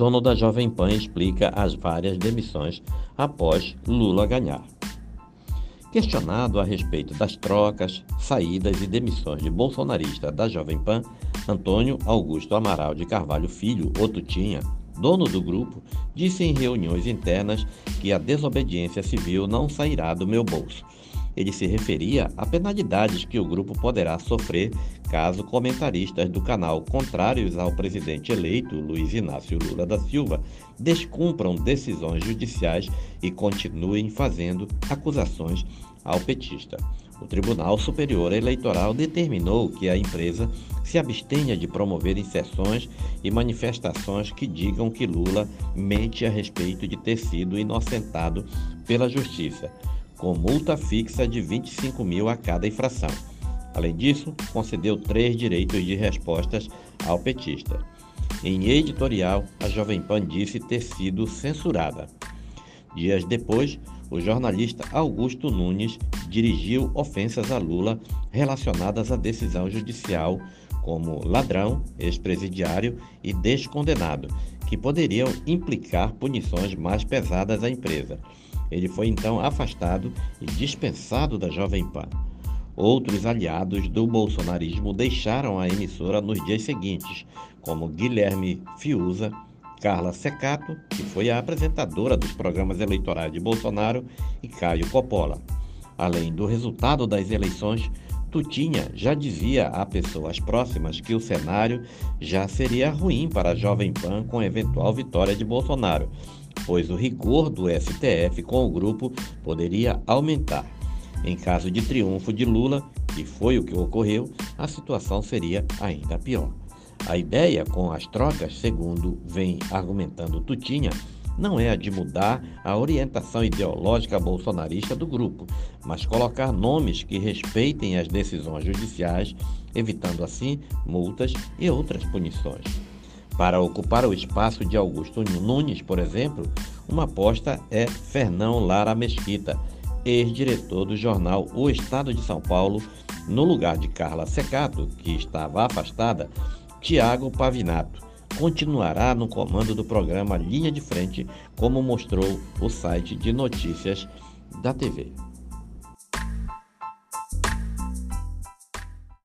Dono da Jovem Pan explica as várias demissões após Lula ganhar. Questionado a respeito das trocas, saídas e demissões de bolsonarista da Jovem Pan, Antônio Augusto Amaral de Carvalho Filho, o Tutinha, dono do grupo, disse em reuniões internas que a desobediência civil não sairá do meu bolso. Ele se referia a penalidades que o grupo poderá sofrer caso comentaristas do canal contrários ao presidente eleito, Luiz Inácio Lula da Silva, descumpram decisões judiciais e continuem fazendo acusações ao petista. O Tribunal Superior Eleitoral determinou que a empresa se abstenha de promover inserções e manifestações que digam que Lula mente a respeito de ter sido inocentado pela Justiça, com multa fixa de 25 mil a cada infração. Além disso, concedeu 3 direitos de respostas ao petista. Em editorial, a Jovem Pan disse ter sido censurada. Dias depois, o jornalista Augusto Nunes dirigiu ofensas a Lula relacionadas à decisão judicial, como ladrão, ex-presidiário e descondenado, que poderiam implicar punições mais pesadas à empresa. Ele foi então afastado e dispensado da Jovem Pan. Outros aliados do bolsonarismo deixaram a emissora nos dias seguintes, como Guilherme Fiuza, Carla Secato, que foi a apresentadora dos programas eleitorais de Bolsonaro, e Caio Coppola. Além do resultado das eleições, Tutinha já dizia a pessoas próximas que o cenário já seria ruim para a Jovem Pan com eventual vitória de Bolsonaro, pois o rigor do STF com o grupo poderia aumentar. Em caso de triunfo de Lula, que foi o que ocorreu, a situação seria ainda pior. A ideia com as trocas, segundo vem argumentando Tutinha, não é a de mudar a orientação ideológica bolsonarista do grupo, mas colocar nomes que respeitem as decisões judiciais, evitando assim multas e outras punições. Para ocupar o espaço de Augusto Nunes, por exemplo, uma aposta é Fernão Lara Mesquita, ex-diretor do jornal O Estado de São Paulo, no lugar de Carla Secato, que estava afastada. Tiago Pavinato continuará no comando do programa Linha de Frente, como mostrou o site de notícias da TV.